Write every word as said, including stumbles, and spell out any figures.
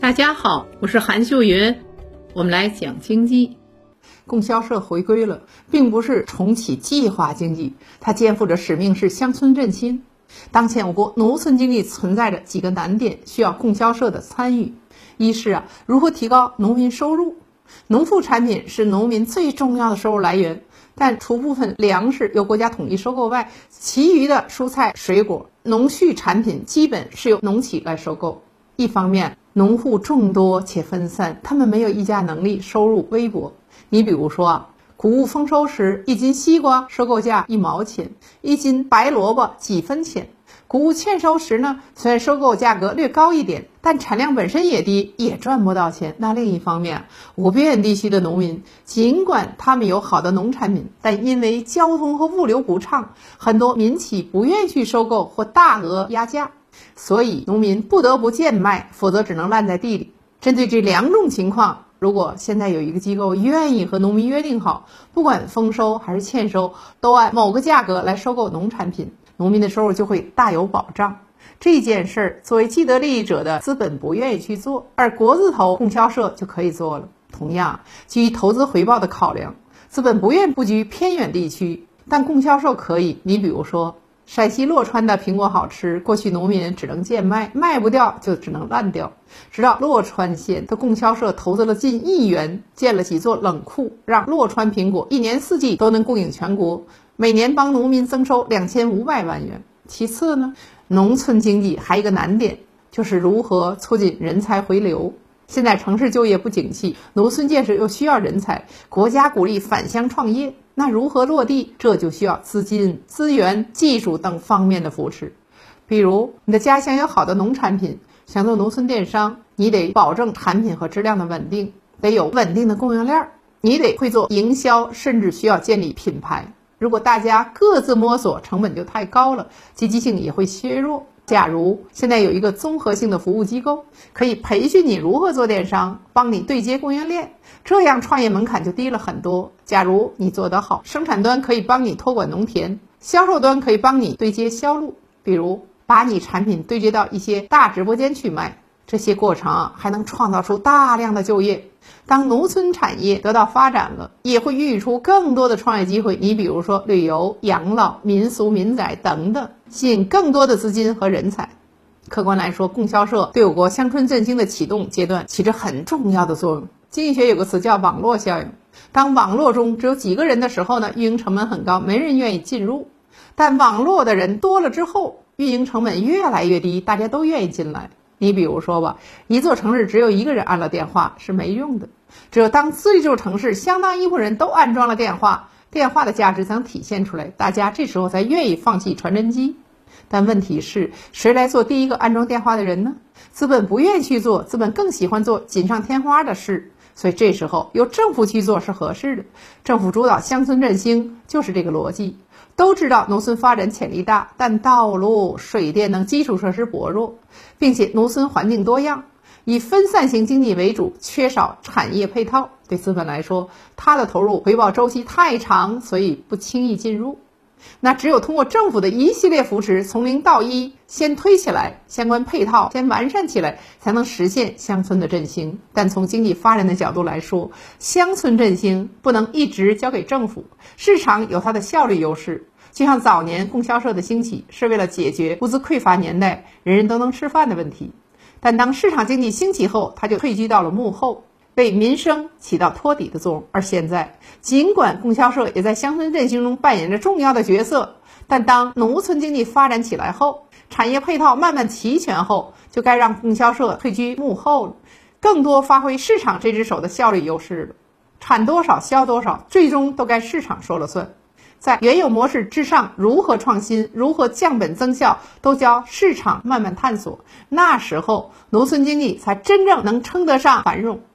大家好，我是韩秀云，我们来讲经济。供销社回归了，并不是重启计划经济，它肩负着使命是乡村振兴。当前我国农村经济存在着几个难点，需要供销社的参与。一是啊，如何提高农民收入？农副产品是农民最重要的收入来源，但除部分粮食由国家统一收购外，其余的蔬菜、水果、农畜产品基本是由农企来收购。一方面，农户众多且分散，他们没有议价能力，收入微薄。你比如说啊，谷物丰收时，一斤西瓜收购价一毛钱，一斤白萝卜几分钱。谷物欠收时呢，虽然收购价格略高一点，但产量本身也低，也赚不到钱。那另一方面，我边远地区的农民，尽管他们有好的农产品，但因为交通和物流不畅，很多民企不愿意去收购或大额压价，所以农民不得不贱卖，否则只能烂在地里。针对这两种情况，如果现在有一个机构愿意和农民约定好，不管丰收还是欠收，都按某个价格来收购农产品，农民的收入就会大有保障。这件事儿，作为既得利益者的资本不愿意去做，而国字头供销社就可以做了。同样，基于投资回报的考量，资本不愿布局偏远地区，但供销社可以。你比如说，陕西洛川的苹果好吃，过去农民只能贱卖，卖不掉就只能烂掉。直到洛川县的供销社投资了近亿元，建了几座冷库，让洛川苹果一年四季都能供应全国，每年帮农民增收两千五百万元。其次呢，农村经济还有一个难点，就是如何促进人才回流。现在城市就业不景气，农村建设又需要人才，国家鼓励返乡创业，那如何落地？这就需要资金、资源、技术等方面的扶持。比如你的家乡有好的农产品，想做农村电商，你得保证产品和质量的稳定，得有稳定的供应链，你得会做营销，甚至需要建立品牌。如果大家各自摸索，成本就太高了，积极性也会削弱。假如现在有一个综合性的服务机构，可以培训你如何做电商，帮你对接供应链，这样创业门槛就低了很多。假如你做得好，生产端可以帮你托管农田，销售端可以帮你对接销路，比如把你产品对接到一些大直播间去卖，这些过程啊，还能创造出大量的就业。当农村产业得到发展了，也会孕育出更多的创业机会。你比如说旅游、养老、民俗民宅等等，吸引更多的资金和人才。客观来说，供销社对我国乡村振兴的启动阶段起着很重要的作用。经济学有个词叫网络效应，当网络中只有几个人的时候呢，运营成本很高，没人愿意进入。但网络的人多了之后，运营成本越来越低，大家都愿意进来。你比如说吧，一座城市只有一个人按了电话是没用的，只有当这座城市相当一部分人都安装了电话，电话的价值才能体现出来，大家这时候才愿意放弃传真机。但问题是，谁来做第一个安装电话的人呢？资本不愿意去做，资本更喜欢做锦上添花的事，所以这时候由政府去做是合适的。政府主导乡村振兴就是这个逻辑。都知道农村发展潜力大，但道路、水电等基础设施薄弱，并且农村环境多样，以分散型经济为主，缺少产业配套。对资本来说，它的投入回报周期太长，所以不轻易进入。那只有通过政府的一系列扶持，从零到一，先推起来，相关配套先完善起来，才能实现乡村的振兴。但从经济发展的角度来说，乡村振兴不能一直交给政府，市场有它的效率优势。就像早年供销社的兴起，是为了解决物资匮乏年代人人都能吃饭的问题。但当市场经济兴起后，它就退居到了幕后，为民生起到托底的作用。而现在，尽管供销社也在乡村振兴中扮演着重要的角色，但当农村经济发展起来后，产业配套慢慢齐全后，就该让供销社退居幕后了，更多发挥市场这只手的效率优势了。产多少销多少，最终都该市场说了算。在原有模式之上，如何创新，如何降本增效，都交市场慢慢探索。那时候，农村经济才真正能称得上繁荣。